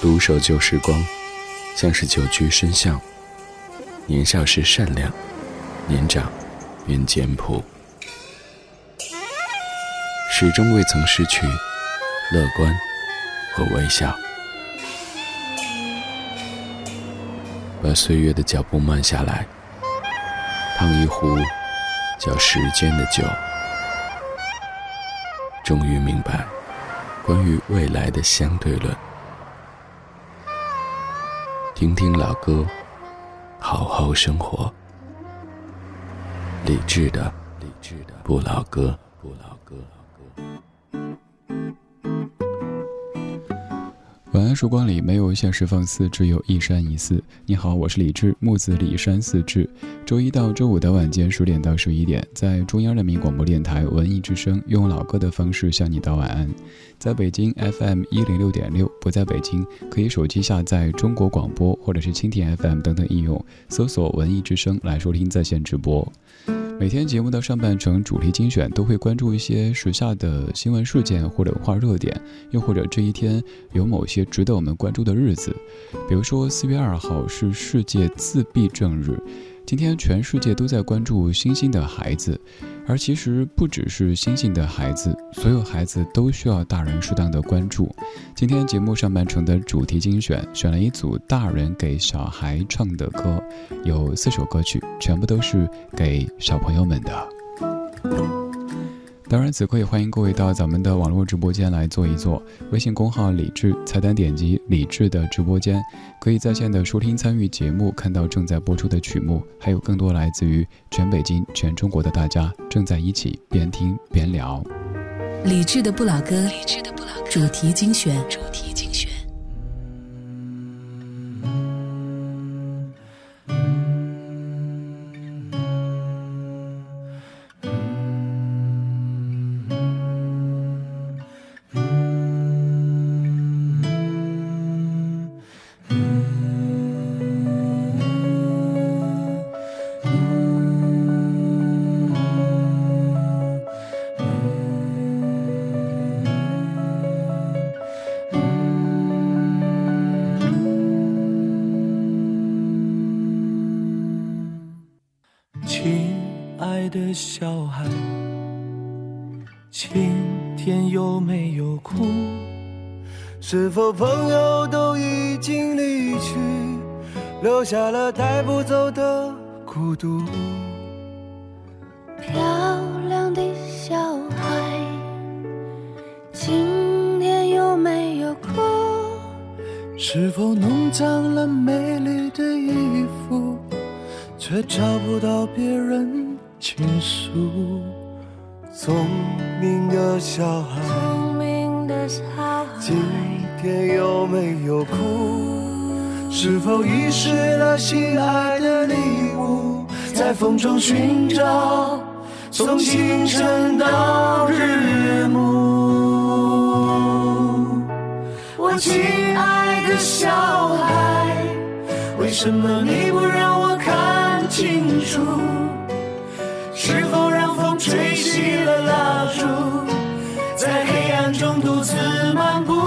独守旧时光，像是久居深巷。年少时善良，年长便简朴，始终未曾失去乐观和微笑。把岁月的脚步慢下来，烫一壶叫时间的酒，终于明白关于未来的相对论。听听老歌，好好生活。理智的不老歌。 晚安，曙光里没有现实放肆，只有一山一寺。你好，我是李志，木子李山寺志。周一到周五的晚间10点到11点，在中央人民广播电台文艺之声，用老歌的方式向你道晚安。在北京 FM 106.6，不在北京可以手机下载中国广播或者是蜻蜓 FM 等等应用，搜索文艺之声来收听在线直播。每天节目的上半程主题精选都会关注一些时下的新闻事件或者文化热点，又或者这一天有某些值得我们关注的日子。比如说4月2号是世界自闭症日，今天全世界都在关注星星的孩子，而其实不只是星星的孩子，所有孩子都需要大人适当的关注。今天节目上半程的主题精选选了一组大人给小孩唱的歌，有4首歌曲，全部都是给小朋友们的。当然此刻也欢迎各位到咱们的网络直播间来坐一坐，微信公号李志，菜单点击李志的直播间，可以在线的收听参与节目，看到正在播出的曲目，还有更多来自于全北京全中国的大家正在一起边听边聊。 李志的不老歌主题精选。 的小孩，今天有没有哭？是否朋友都已经离去，留下了带不走的孤独？ 漂亮的小孩，今天有没有哭？ 是否弄脏了美丽的衣服，却找不到别人倾诉？聪明的小孩，今天有没有哭？是否遗失了心爱的礼物，在风中寻找，从清晨到日暮。我亲爱的小孩，为什么你不让我看清楚？是否让风吹熄了蜡烛，在黑暗中独自漫步？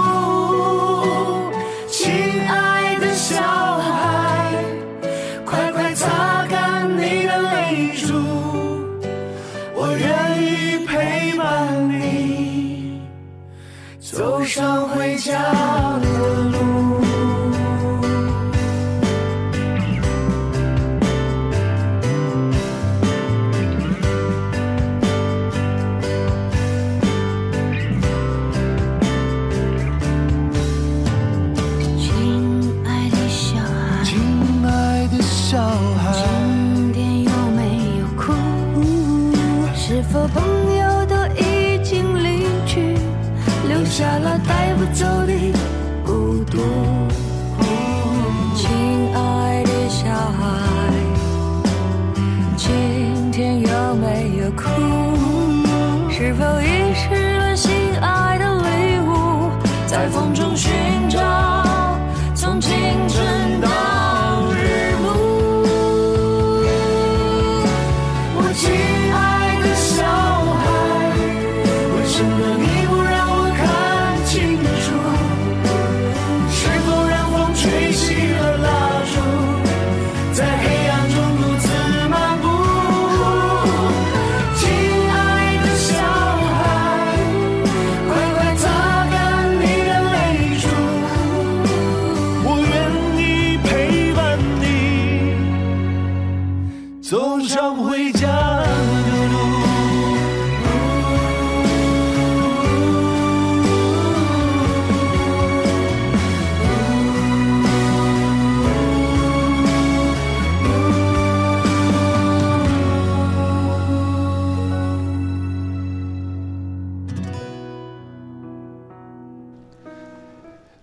亲爱的小孩，快快擦干你的泪珠，我愿意陪伴你走上回家的路。 朋友都已经离去，留下了带不走的孤独。亲爱的小孩，今天有没有哭？是否遗失了心爱的礼物，在风中寻找，从清晨到日暮。我亲爱的小孩，为什么你不让我看清楚？是否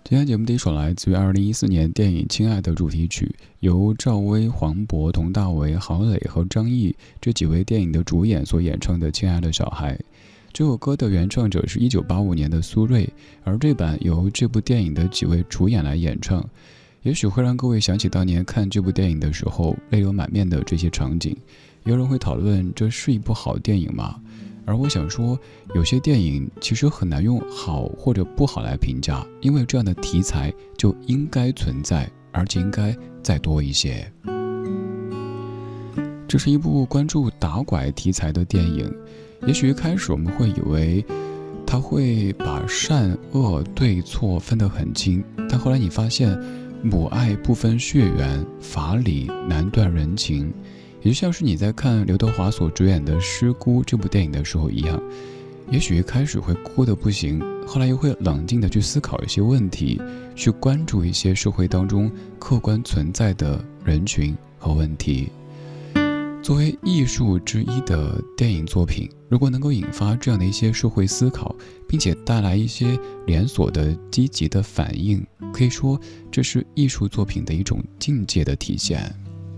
今天节目第一首来自于2014年电影《亲爱的》主题曲，由赵薇、黄渤、佟大为、郝蕾和张译这几位电影的主演所演唱的《亲爱的小孩》。这首歌的原唱者是1985年的苏芮，而这版由这部电影的几位主演来演唱，也许会让各位想起当年看这部电影的时候泪流满面的这些场景。有人会讨论这是一部好电影吗？而我想说，有些电影其实很难用好或者不好来评价，因为这样的题材就应该存在，而且应该再多一些。这是一部关注打拐题材的电影，也许一开始我们会以为他会把善恶对错分得很清，但后来你发现母爱不分血缘，法理难断人情，也就像是你在看刘德华所主演的《失孤》这部电影的时候一样，也许一开始会哭得不行，后来又会冷静地去思考一些问题，去关注一些社会当中客观存在的人群和问题。作为艺术之一的电影作品，如果能够引发这样的一些社会思考，并且带来一些连锁的积极的反应，可以说这是艺术作品的一种境界的体现。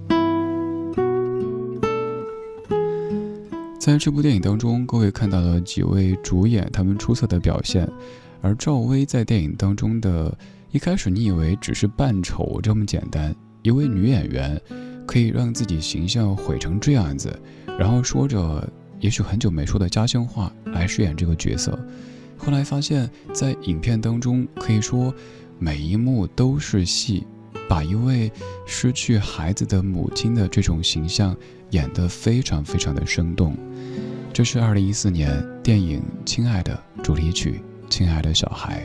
在这部电影当中，各位看到了几位主演他们出色的表现，而赵薇在电影当中的一开始你以为只是扮丑这么简单，一位女演员可以让自己形象毁成这样子，然后说着也许很久没说的家乡话来饰演这个角色。后来发现在影片当中可以说每一幕都是戏，把一位失去孩子的母亲的这种形象演得非常非常的生动。这是2014年电影《亲爱的》主题曲《亲爱的小孩》。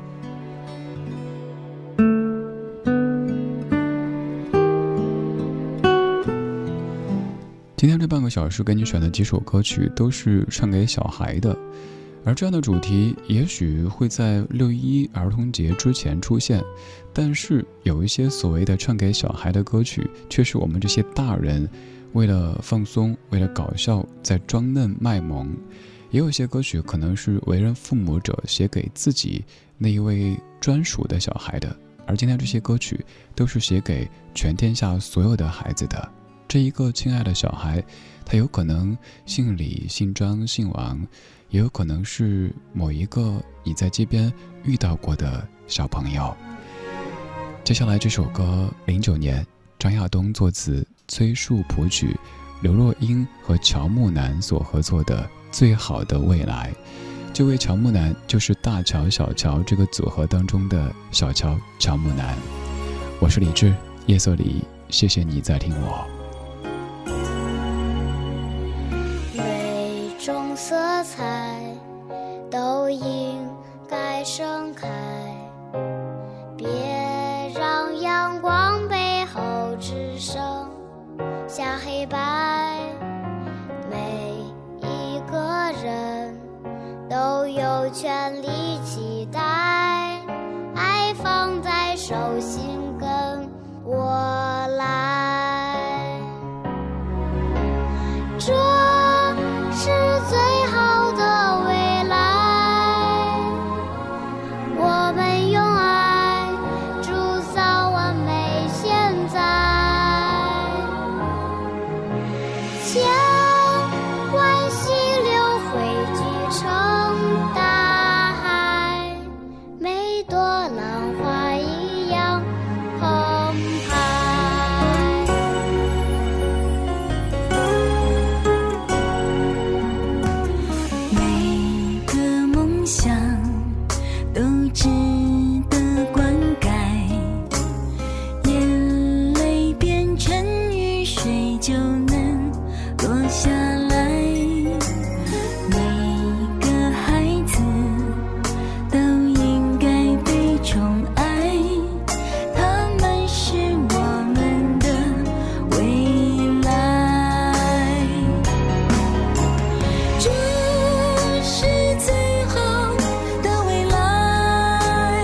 今天这半个小时给你选的几首歌曲都是唱给小孩的，而这样的主题也许会在6·11儿童节之前出现，但是有一些所谓的唱给小孩的歌曲，却是我们这些大人为了放松，为了搞笑在装嫩卖萌。也有些歌曲可能是为人父母者写给自己那一位专属的小孩的，而今天这些歌曲都是写给全天下所有的孩子的。这一个亲爱的小孩，他有可能姓李、姓张、姓王，也有可能是某一个你在街边遇到过的小朋友。接下来这首歌09年张亚东作词，崔恕谱曲，刘若英和乔木楠所合作的《最好的未来》。这位乔木楠就是大乔小乔这个组合当中的小乔乔木楠。我是李志，夜色里谢谢你在听我。 每种色彩都应该盛开，别让阳光背后只剩下黑白。每一个人都有权利期待，爱放在手心跟我来，这是最好的未来。我们用爱铸造完美现在，千万溪流汇聚成大海，每朵浪花一样澎湃。 每个梦想都值得灌溉，眼泪变成雨水就能落下来。每个孩子都应该被宠爱，他们是我们的未来。这是最好的未来，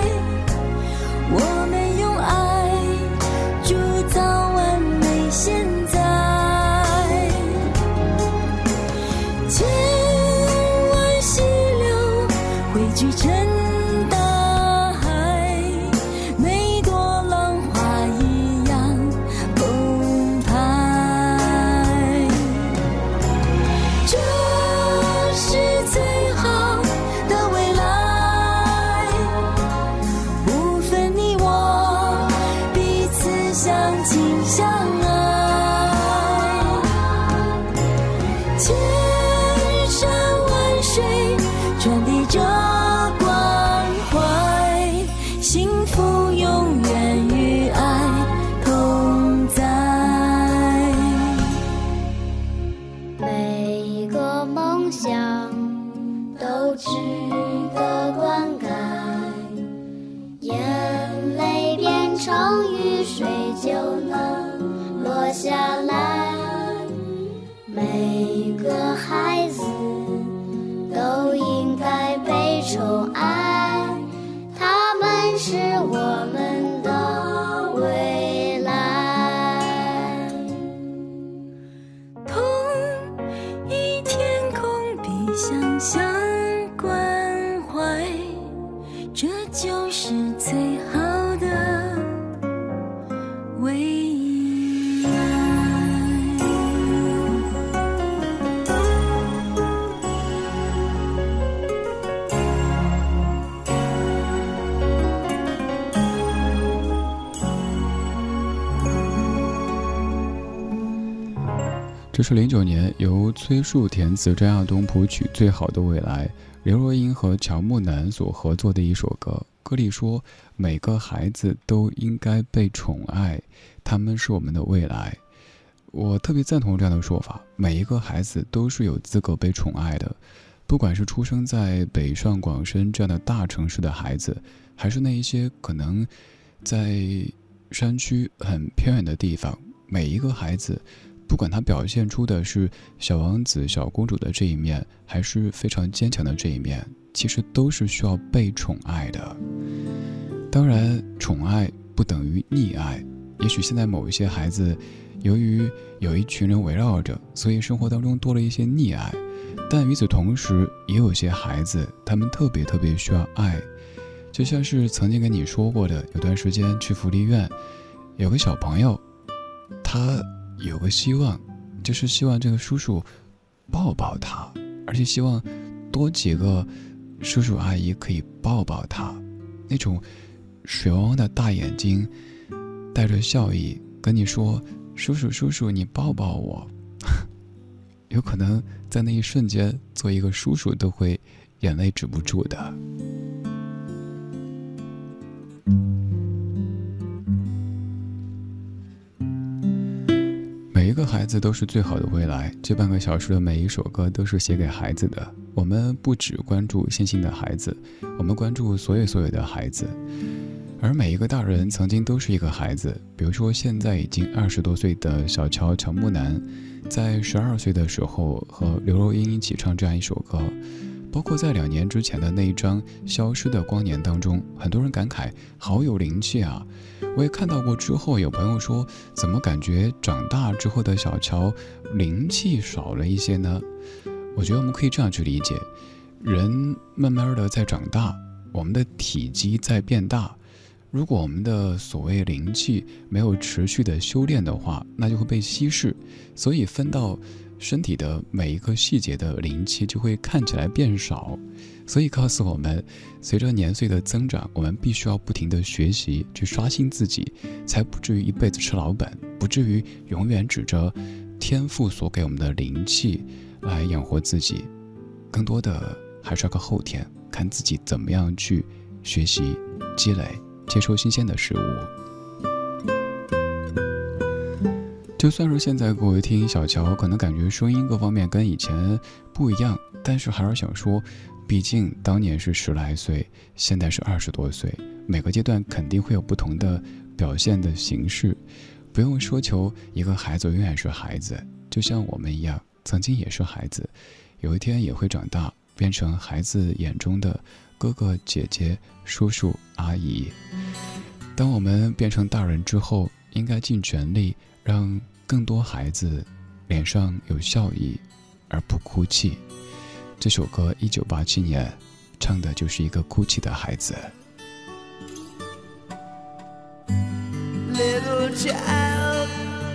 这就是最好的未来。 这是09年由崔树填词、张亚东谱曲《最好的未来》，刘若英和乔木楠所合作的一首歌。歌里说，每个孩子都应该被宠爱，他们是我们的未来。我特别赞同这样的说法，每一个孩子都是有资格被宠爱的，不管是出生在北上广深这样的大城市的孩子，还是那一些可能在山区很偏远的地方，每一个孩子不管他表现出的是小王子、小公主的这一面，还是非常坚强的这一面，其实都是需要被宠爱的。当然，宠爱不等于溺爱。也许现在某一些孩子，由于有一群人围绕着，所以生活当中多了一些溺爱。但与此同时，也有些孩子，他们特别需要爱。就像是曾经跟你说过的，有段时间去福利院，有个小朋友，他有个希望，就是希望这个叔叔抱抱他，而且希望多几个叔叔阿姨可以抱抱他。那种水汪汪的大眼睛，带着笑意跟你说，叔叔你抱抱我。有可能在那一瞬间，做一个叔叔都会眼泪止不住的。每一个孩子都是最好的未来，这半个小时的每一首歌都是写给孩子的。我们不只关注现行的孩子，我们关注所有的孩子。而每一个大人曾经都是一个孩子，比如说现在已经20多岁的小乔木楠，在12岁的时候和刘若英一起唱这样一首歌。包括在2年之前的那一张《消失的光年》当中，很多人感慨好有灵气啊。我也看到过之后有朋友说，怎么感觉长大之后的小乔灵气少了一些呢？我觉得我们可以这样去理解，人慢慢的在长大，我们的体积在变大，如果我们的所谓灵气没有持续的修炼的话，那就会被稀释，所以分到身体的每一个细节的灵气就会看起来变少。所以告诉我们，随着年岁的增长，我们必须要不停的学习，去刷新自己，才不至于一辈子吃老本，不至于永远指着天赋所给我们的灵气来养活自己。更多的还是要靠后天，看自己怎么样去学习、积累、接受新鲜的事物。就算是现在各位听小乔，可能感觉声音各方面跟以前不一样，但是还是想说，毕竟当年是10来岁，现在是20多岁，每个阶段肯定会有不同的表现的形式，不用奢求一个孩子永远是孩子，就像我们一样，曾经也是孩子，有一天也会长大，变成孩子眼中的哥哥姐姐、叔叔阿姨。当我们变成大人之后，应该尽全力让更多孩子脸上有笑意而不哭泣。这首歌1987年唱的就是一个哭泣的孩子。 Little child,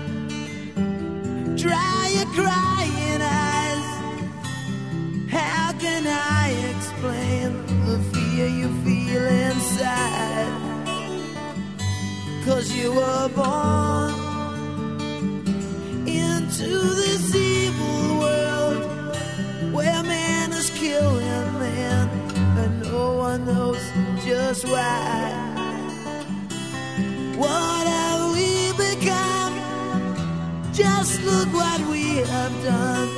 dry your crying eyes. How can I explain the fear you feel inside? 'Cause you were born into this evil world where man is killing man and no one knows just why. What have we become? Just look what we have done.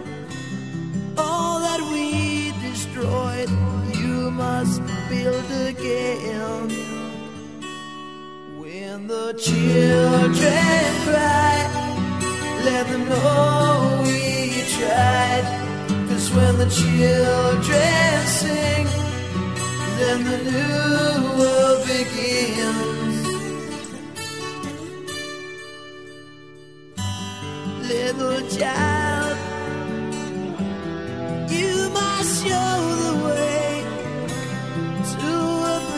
All that we destroyed, you must build again. When the children cry, let them know we tried. 'Cause when the children sing, then the new world begins. Little child, you must show the way to a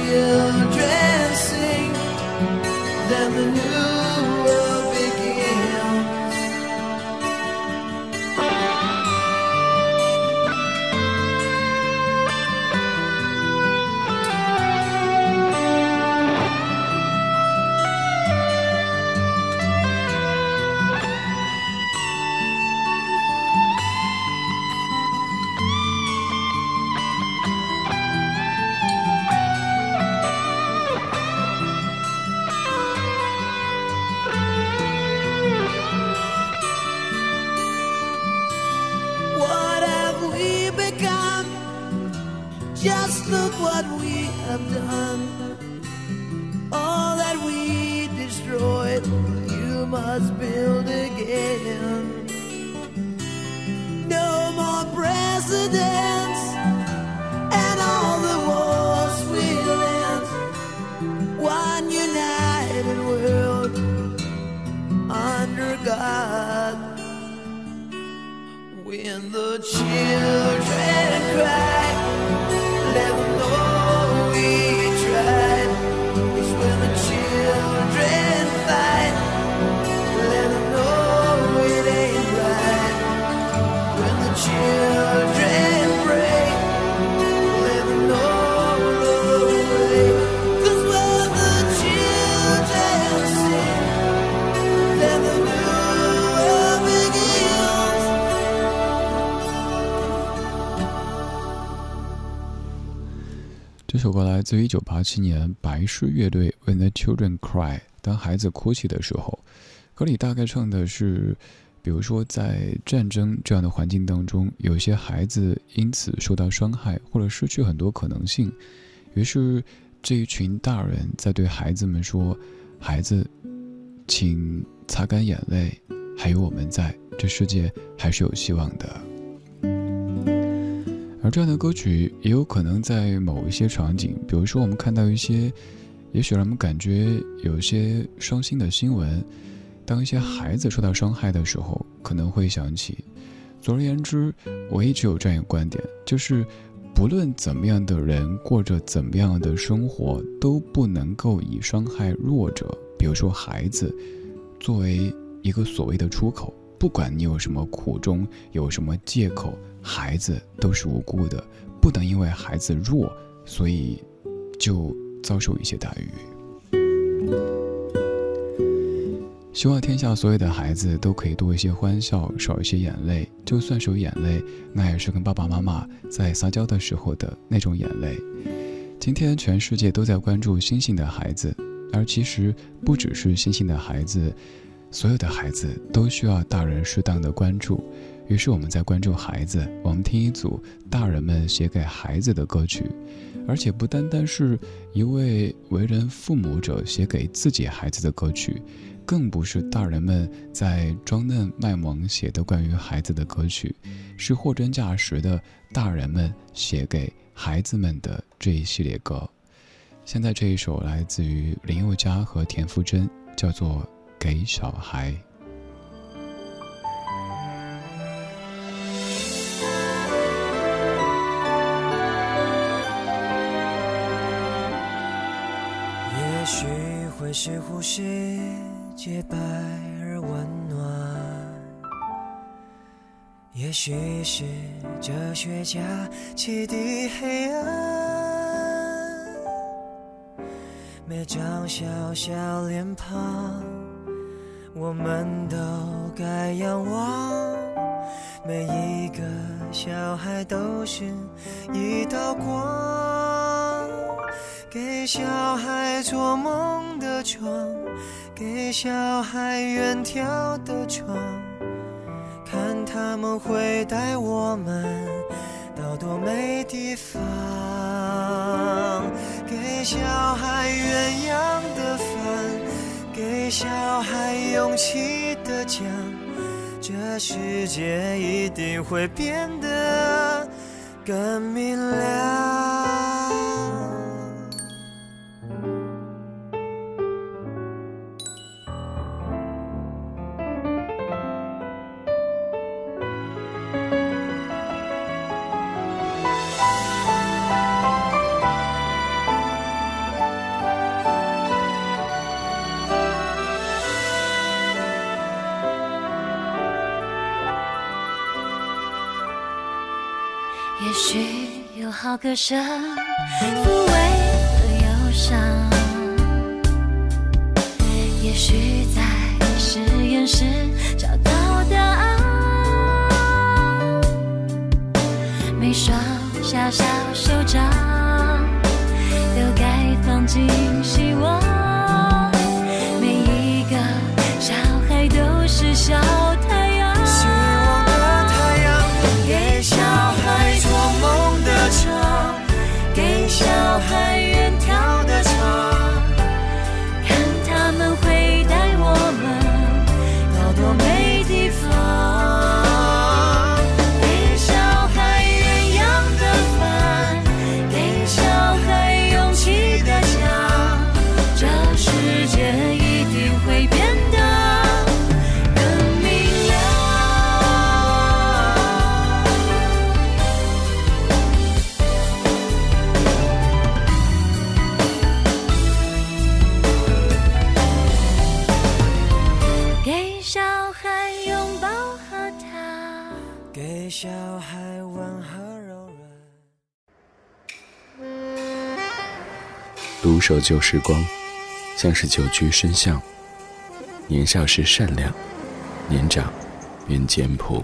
children sing, then the new world begins. Just look what we have done. All that we destroyed, you must build again. No more presidents, and all the wars will end. One united world under God. When the children cry, let them know we tried. It's when the children fight, let them know it ain't right. When the children pray, let them know the way. 'Cause when the children sing, then the new world begins. 这首歌来自于1987年白狮乐队 When the Children Cry， 当孩子哭泣的时候。歌里大概唱的是，比如说在战争这样的环境当中，有些孩子因此受到伤害或者失去很多可能性，于是这一群大人在对孩子们说，孩子请擦干眼泪，还有我们在，这世界还是有希望的。而这样的歌曲也有可能在某一些场景，比如说我们看到一些也许让我们感觉有些伤心的新闻，当一些孩子受到伤害的时候，可能会想起。总而言之，我一直有这样一个观点，就是不论怎么样的人过着怎么样的生活，都不能够以伤害弱者，比如说孩子，作为一个所谓的出口。不管你有什么苦衷，有什么借口，孩子都是无辜的，不能因为孩子弱，所以就遭受一些待遇。希望天下所有的孩子都可以多一些欢笑，少一些眼泪，就算是有眼泪，那也是跟爸爸妈妈在撒娇的时候的那种眼泪。今天全世界都在关注星星的孩子，而其实不只是星星的孩子，所有的孩子都需要大人适当的关注。于是我们在关注孩子，我们听一组大人们写给孩子的歌曲，而且不单单是一位为人父母者写给自己孩子的歌曲，更不是大人们在装嫩卖萌写的关于孩子的歌曲，是货真价实的大人们写给孩子们的这一系列歌。现在这一首来自于林宥嘉和田馥甄，叫做《给小孩》。 也许会是呼吸洁白而温暖，也许是哲学家启迪黑暗，每张小小脸庞我们都该仰望，每一个小孩都是一道光，给小孩做梦的床，给小孩远眺的窗，看他们会带我们到多美地方，给小孩鸳鸯的饭，给小孩勇气的奖，这世界一定会变得更明亮。 许有好歌声抚慰了忧伤，也许在实验室找到答案，每双小小手掌都该放进希望，每一个小孩都是小太阳， 希望的太阳给小孩做梦的场，给小孩远眺的场， 看他们会带我们到多美地方，给小孩鸳鸯的饭，给小孩勇气的家，这世界一定会变得更明亮。给小孩拥抱和他， 给小孩温和柔软。 独守旧时光，像是久居深巷。年少时善良，年长便简朴，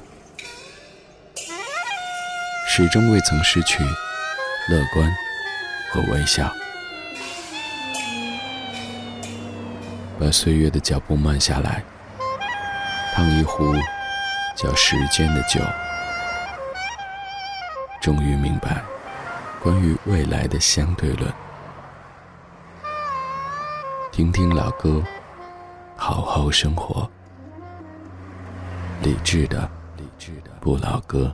始终未曾失去乐观和微笑。把岁月的脚步慢下来，烫一壶叫时间的酒，终于明白关于未来的相对论。听听老歌，好好生活。理智的不老歌。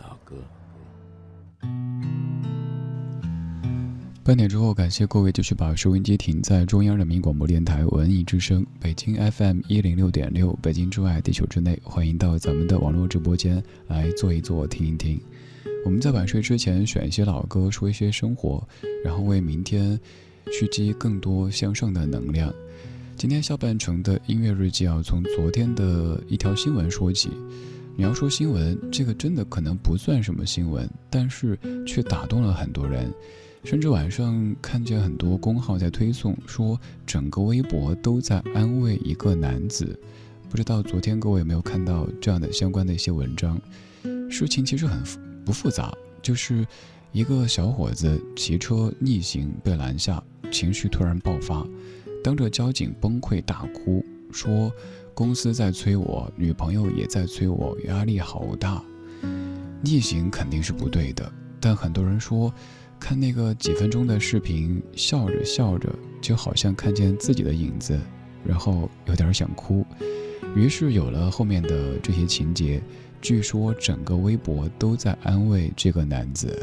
半点之后，感谢各位继续把收音机停在中央人民广播电台文艺之声北京 FM 106.6，北京之外地球之内，欢迎到咱们的网络直播间来坐一坐听一听。我们在晚睡之前选一些老歌，说一些生活，然后为明天蓄积更多向上的能量。今天下半程的音乐日记要从昨天的一条新闻说起。你要说新闻，这个真的可能不算什么新闻，但是却打动了很多人。甚至晚上看见很多公号在推送，说整个微博都在安慰一个男子。不知道昨天各位有没有看到这样的相关的一些文章。事情其实很不复杂，就是一个小伙子骑车逆行被拦下，情绪突然爆发，当着交警崩溃大哭，说公司在催我，女朋友也在催我，压力好大。逆行肯定是不对的，但很多人说看那个几分钟的视频，笑着笑着就好像看见自己的影子，然后有点想哭，于是有了后面的这些情节。据说整个微博都在安慰这个男子。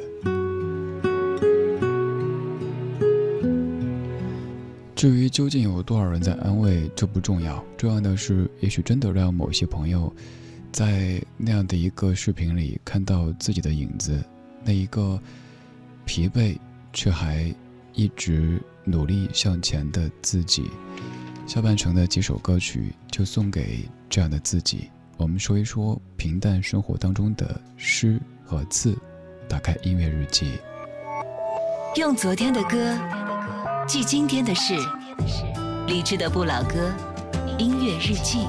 至于究竟有多少人在安慰，这不重要，重要的是也许真的让某些朋友在那样的一个视频里看到自己的影子，那一个疲惫却还一直努力向前的自己。下半程的几首歌曲就送给这样的自己。我们说一说平淡生活当中的诗和字，打开音乐日记， 用昨天的歌记今天的事，理智的不老歌，音乐日记。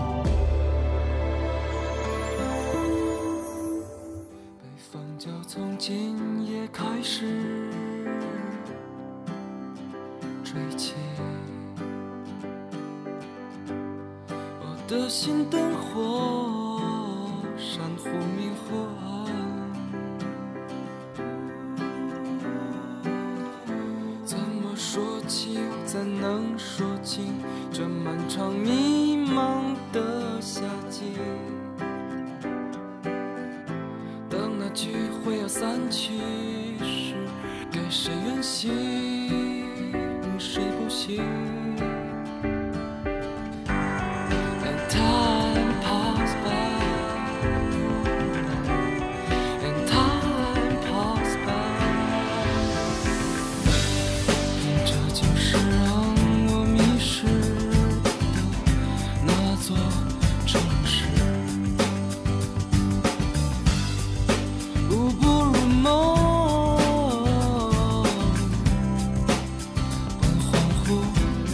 北方就从今夜开始吹起，我的心灯火闪忽明忽暗，怎么说起，怎能说清这漫长迷茫的夏季？等那聚会要散去时，给谁远行，谁不行？路不如梦。 服。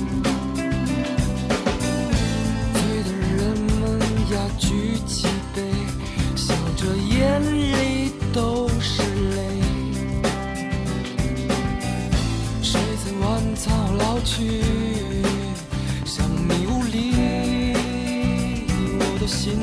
醉的人们呀，举起杯，笑着眼里都是泪。谁在晚草老去，像迷雾里我的心。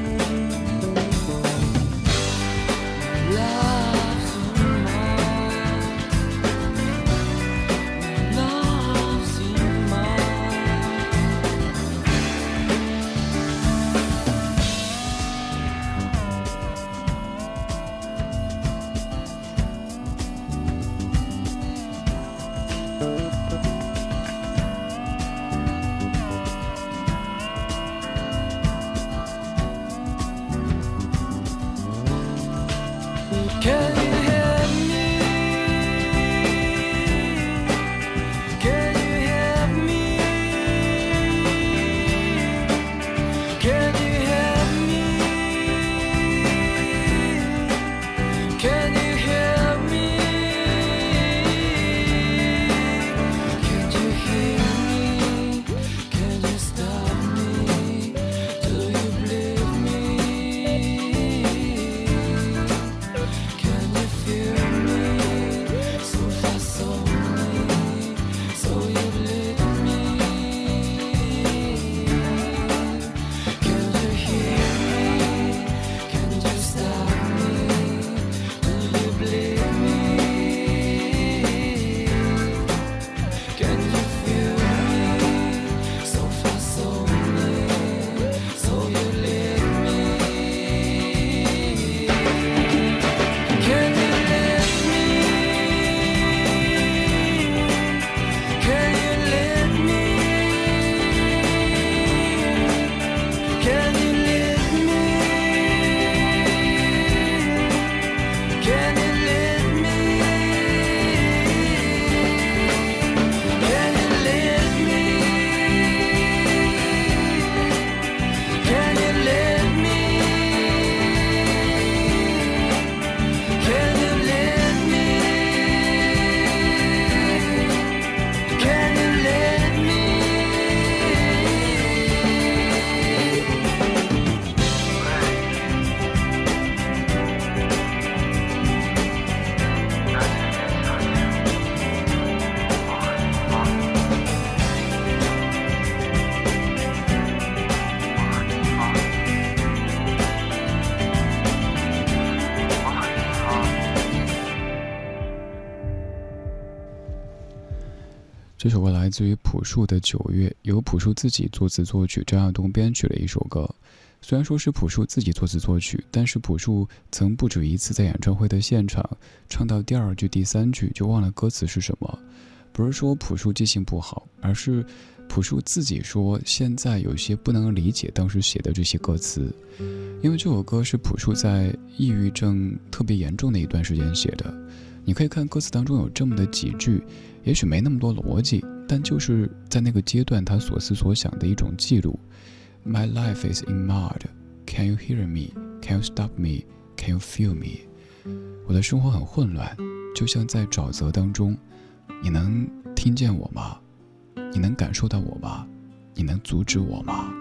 这首歌来自于朴树的《9月》，由朴树自己作词作曲，张亚东编曲的一首歌。虽然说是朴树自己作词作曲，但是朴树曾不止一次在演唱会的现场唱到第2句、第3句就忘了歌词是什么。不是说朴树记性不好，而是朴树自己说现在有些不能理解当时写的这些歌词。因为这首歌是朴树在抑郁症特别严重的一段时间写的，你可以看歌词当中有这么的几句，也许没那么多逻辑，但就是在那个阶段他所思所想的一种记录。 My life is in mud, can you hear me, can you stop me, can you feel me。 我的生活很混乱，就像在沼泽当中，你能听见我吗？你能感受到我吗？你能阻止我吗？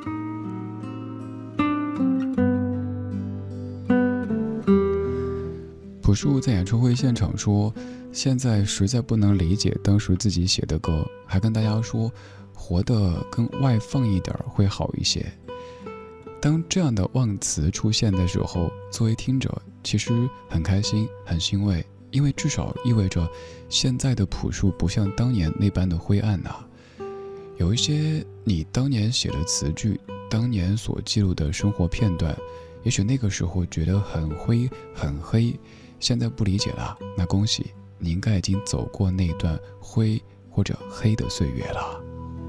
朴树在演唱会现场说，现在实在不能理解当时自己写的歌，还跟大家说活得更外放一点会好一些。当这样的忘词出现的时候，作为听者其实很开心很欣慰，因为至少意味着现在的朴树不像当年那般的灰暗啊。有一些你当年写的词句，当年所记录的生活片段，也许那个时候觉得很灰很黑，现在不理解了，那恭喜你应该已经走过那段灰或者黑的岁月了。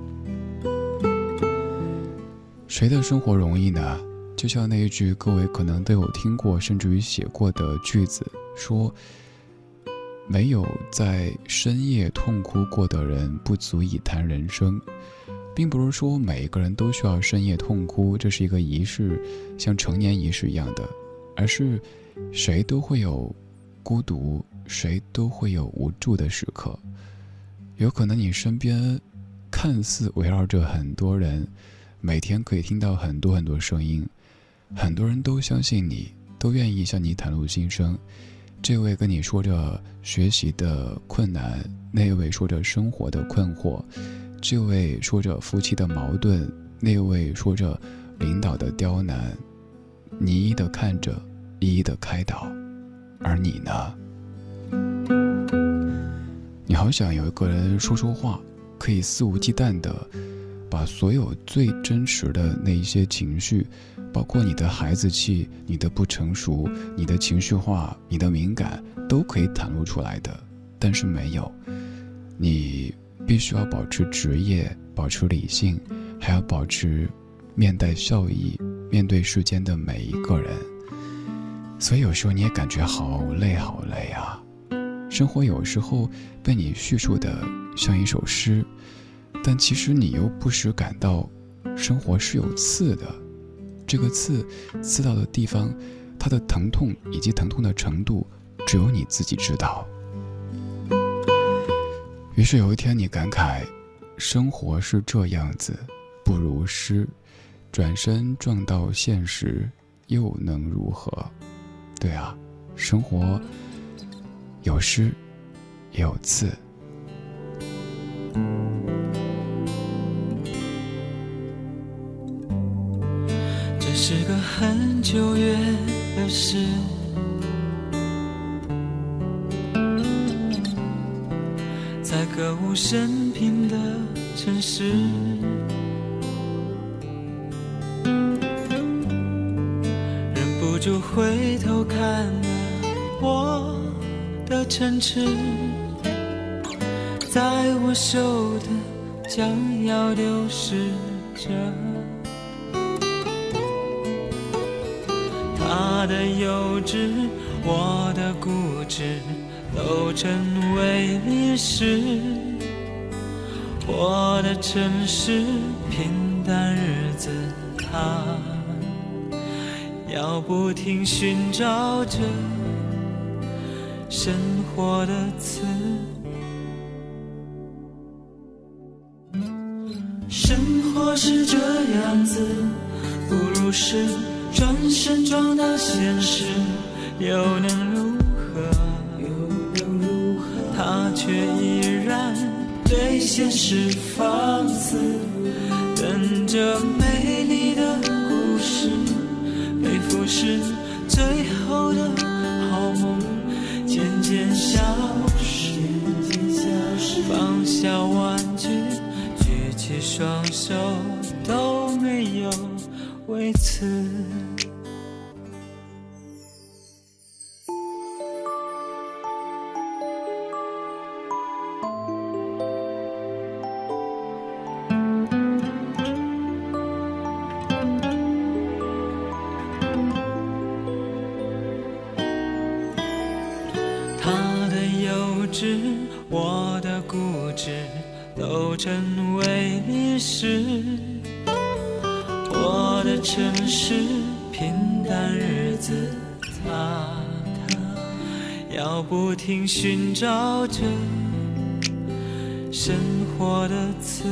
谁的生活容易呢？就像那一句各位可能都有听过甚至于写过的句子，说没有在深夜痛哭过的人不足以谈人生。并不是说每一个人都需要深夜痛哭，这是一个仪式，像成年仪式一样的，而是谁都会有孤独，谁都会有无助的时刻。有可能你身边看似围绕着很多人，每天可以听到很多很多声音，很多人都相信你，都愿意向你袒露心声。这位跟你说着学习的困难，那位说着生活的困惑，这位说着夫妻的矛盾，那位说着领导的刁难，你一一的看着，一一的开导。而你呢？你好想有一个人说说话，可以肆无忌惮的把所有最真实的那一些情绪，包括你的孩子气、你的不成熟、你的情绪化、你的敏感，都可以袒露出来的。但是没有，你必须要保持职业，保持理性，还要保持面带笑意，面对世间的每一个人。所以有时候你也感觉好累好累啊。生活有时候被你叙述的像一首诗，但其实你又不时感到生活是有刺的，这个刺到的地方，它的疼痛以及疼痛的程度只有你自己知道。于是有一天你感慨，生活是这样子，不如诗，转身撞到现实，又能如何？对啊，生活有诗也有刺。 这是个很久远的事，在歌舞升平的城市，忍不住回头看了我的城池，在我手的将要丢失着，他的幼稚，我的固执，都成为历史。我的城市，平淡日子，他要不停寻找着生活的刺。生活是这样子，不如是转身撞到现实，又能如何？他却依然对现实放肆，等着美丽的故事被腐蚀，最后的好梦渐渐消失。放下玩具，举起双手，都没有为此。我的固执都成为历史，我的城市平淡日子，他要不停寻找着生活的刺。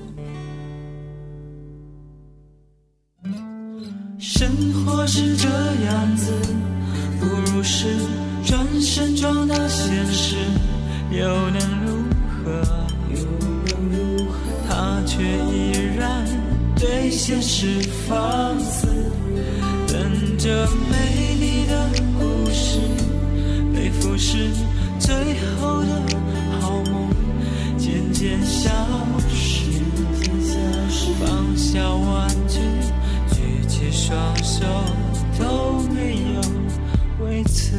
生活是这样子，不如是转身撞到现实，又能如何？他却依然对现实放肆，等着美丽的故事被腐蚀，最后的好梦渐渐消失。放下玩具，举起双手，都没有为此。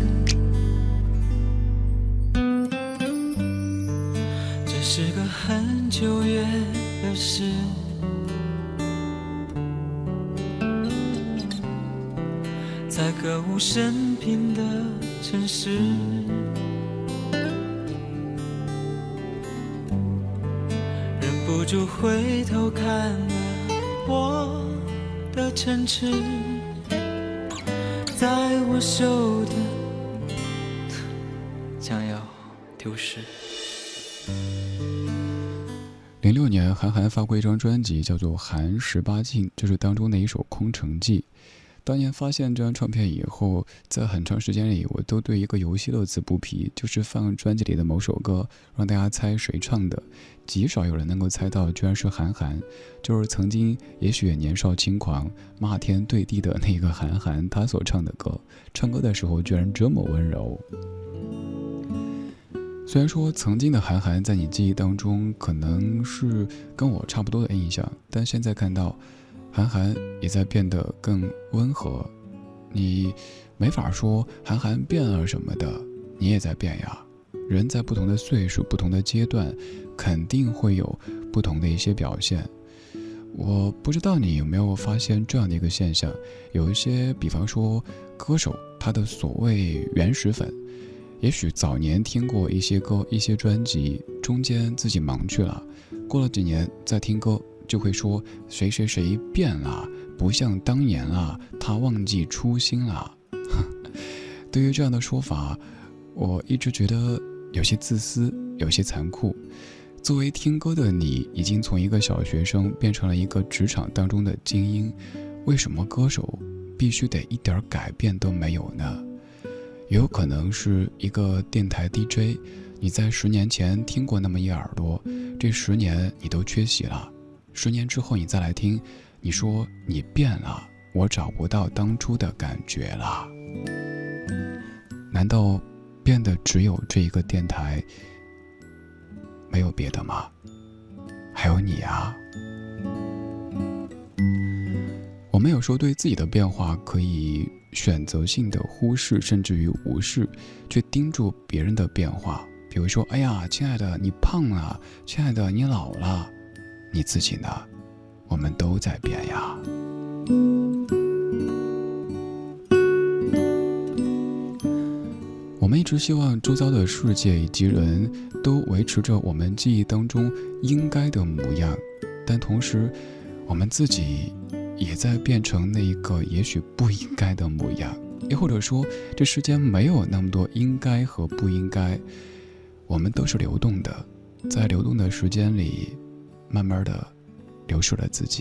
是个很久远的事，在歌舞升平的城市，忍不住回头看了我的城池，在我手的将要丢失。 06年韩寒发过一张专辑叫做《韩18禁》，这是当中的一首《空城计》。当年发现这张唱片以后，在很长时间里我都对一个游戏乐此不疲，就是放专辑里的某首歌，让大家猜谁唱的，极少有人能够猜到居然是韩寒，就是曾经也许也年少轻狂骂天对地的那个韩寒，他所唱的歌，唱歌的时候居然这么温柔。虽然说曾经的韩寒在你记忆当中可能是跟我差不多的印象，但现在看到韩寒也在变得更温和，你没法说韩寒变了什么的，你也在变呀。人在不同的岁数、不同的阶段，肯定会有不同的一些表现。我不知道你有没有发现这样的一个现象，有一些比方说歌手，他的所谓原始粉，也许早年听过一些歌、一些专辑，中间自己忙去了，过了几年再听歌，就会说谁谁谁变了，不像当年了，他忘记初心了。对于这样的说法，我一直觉得有些自私，有些残酷。作为听歌的你，已经从一个小学生变成了一个职场当中的精英，为什么歌手必须得一点改变都没有呢？也有可能是一个电台 DJ， 你在10年前听过那么一耳朵，这10年你都缺席了，10年之后你再来听，你说你变了，我找不到当初的感觉了。难道变得只有这一个电台，没有别的吗？还有你啊。我没有说对自己的变化可以选择性的忽视甚至于无视，去盯住别人的变化，比如说哎呀亲爱的你胖了，亲爱的你老了，你自己呢？我们都在变呀。我们一直希望周遭的世界以及人都维持着我们记忆当中应该的模样，但同时我们自己也在变成那一个也许不应该的模样，也或者说这世间没有那么多应该和不应该，我们都是流动的，在流动的时间里慢慢的流逝了自己。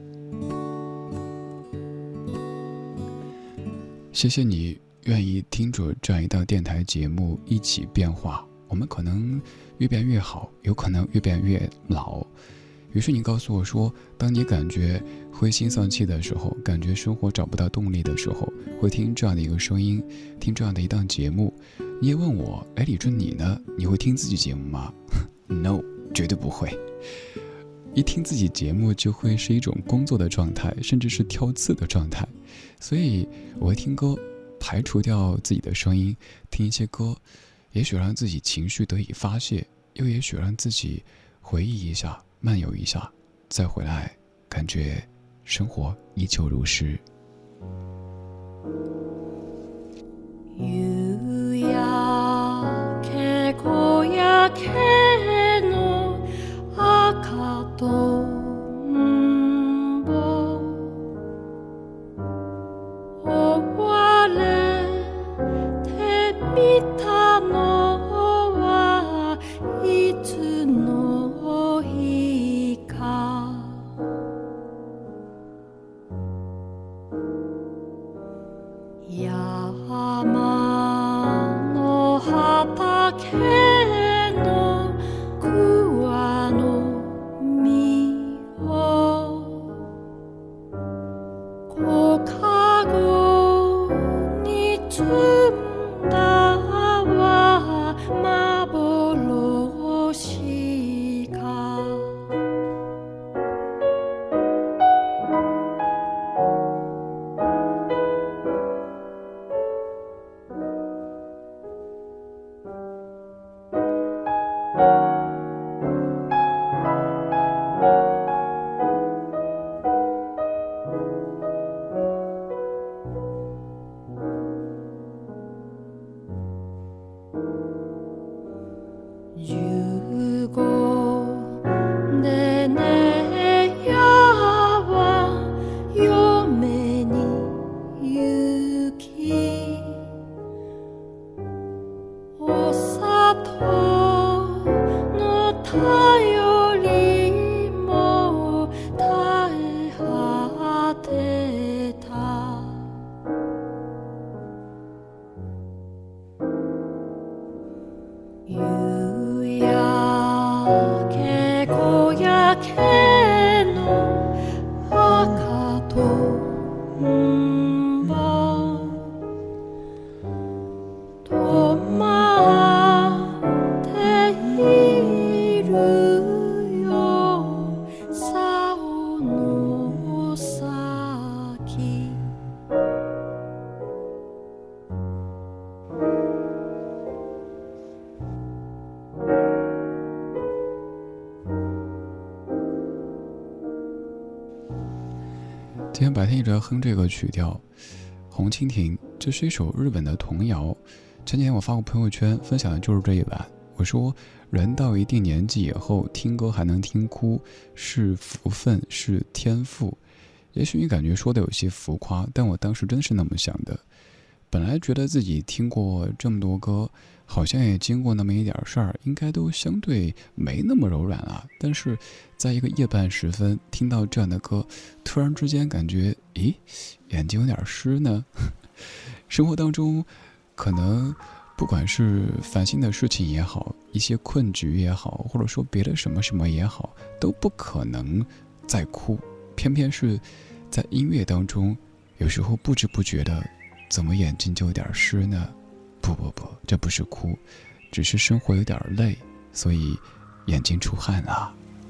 谢谢你愿意听着这样一档电台节目一起变化，我们可能越变越好，有可能越变越老。于是你告诉我说，当你感觉灰心丧气的时候，感觉生活找不到动力的时候，会听这样的一个声音，听这样的一档节目。你也问我，哎，李志你呢？你会听自己节目吗？ No， 绝对不会。一听自己节目就会是一种工作的状态，甚至是挑刺的状态。所以我会听歌，排除掉自己的声音，听一些歌，也许让自己情绪得以发泄，又也许让自己回忆一下，漫游一下，再回来感觉生活依旧如诗。 夕焼け小焼けの赤とんぼ追われてみたのはいつの日か山の畑の桑の実を小かごに積んだは幻か15でねやは嫁に行きお里の頼り今天白天一直在哼这个曲调《红蜻蜓》，这是一首日本的童谣。前几天我发过朋友圈，分享的就是这一版。我说，人到一定年纪以后，听歌还能听哭，是福分，是天赋。也许你感觉说的有些浮夸，但我当时真是那么想的。本来觉得自己听过这么多歌，好像也经过那么一点事儿，应该都相对没那么柔软了。但是在一个夜半时分听到这样的歌，突然之间感觉，咦，眼睛有点湿呢。生活当中可能不管是烦心的事情也好，一些困局也好，或者说别的什么什么也好，都不可能再哭，偏偏是在音乐当中，有时候不知不觉的怎么眼睛就有点湿呢？不，这不是哭，只是生活有点累，所以眼睛出汗了。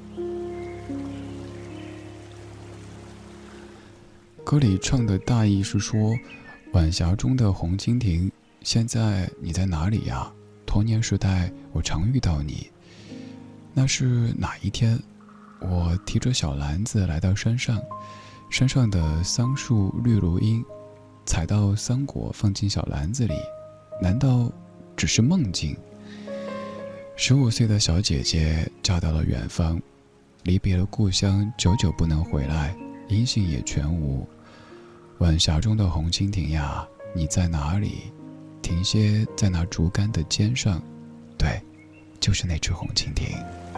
歌里唱的大意是说，晚霞中的红蜻蜓，现在你在哪里呀？童年时代我常遇到你。那是哪一天，我提着小篮子来到山上，山上的桑树绿如茵，采到桑果放进小篮子里，难道只是梦境？15岁的小姐姐嫁到了远方，离别了故乡，久久不能回来，音信也全无。晚霞中的红蜻蜓呀，你在哪里？停歇在那竹竿的尖上，对，就是那只红蜻蜓。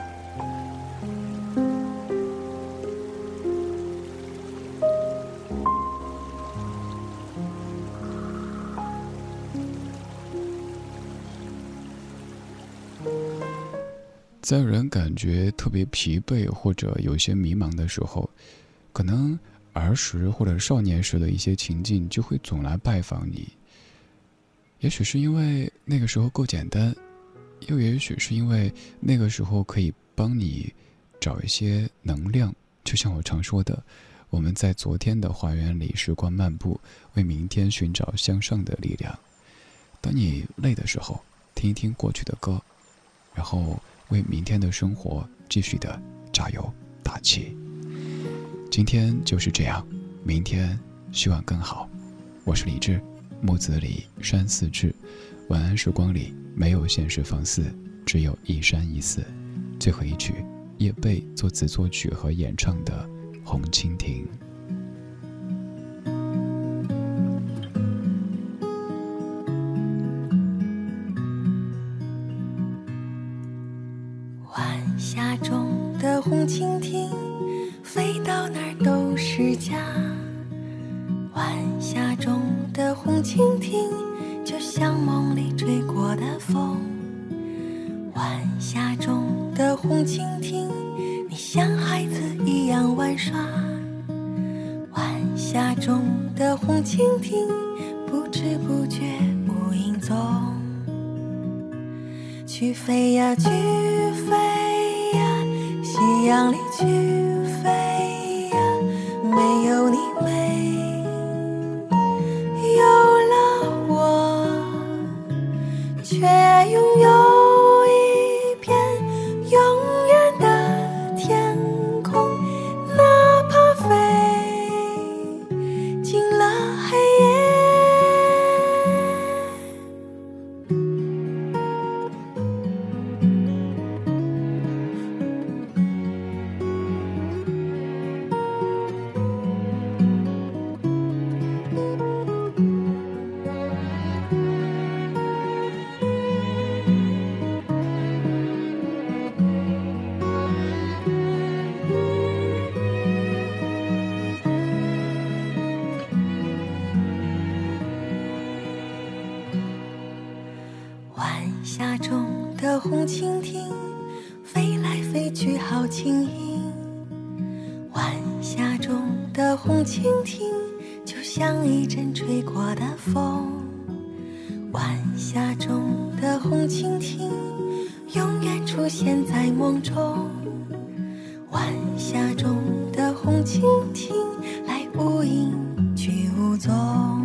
在人感觉特别疲惫或者有些迷茫的时候，可能儿时或者少年时的一些情境就会总来拜访你。也许是因为那个时候够简单，又也许是因为那个时候可以帮你找一些能量。就像我常说的，我们在昨天的花园里时光漫步，为明天寻找向上的力量。当你累的时候，听一听过去的歌，然后为明天的生活继续的加油打气。今天就是这样，明天希望更好。我是李志，木子李，山寺志。晚安时光里没有现实放肆，只有一山一寺。最后一曲，叶蓓作词作曲和演唱的《红蜻蜓》。 晚霞中的红蜻蜓，飞到哪儿都是家。晚霞中的红蜻蜓，就像梦里吹过的风。晚霞中的红蜻蜓，你像孩子一样玩耍。晚霞中的红蜻蜓，不知不觉无影踪。去飞呀去飞呀，夕阳里去飞呀，没有你没有了我，却拥有一片永远的天空，哪怕飞进了黑夜。晚霞中的红蜻蜓，飞来飞去好轻盈。 红蜻蜓，就像一阵吹过的风。晚霞中的红蜻蜓，永远出现在梦中。晚霞中的红蜻蜓，来无影去无踪。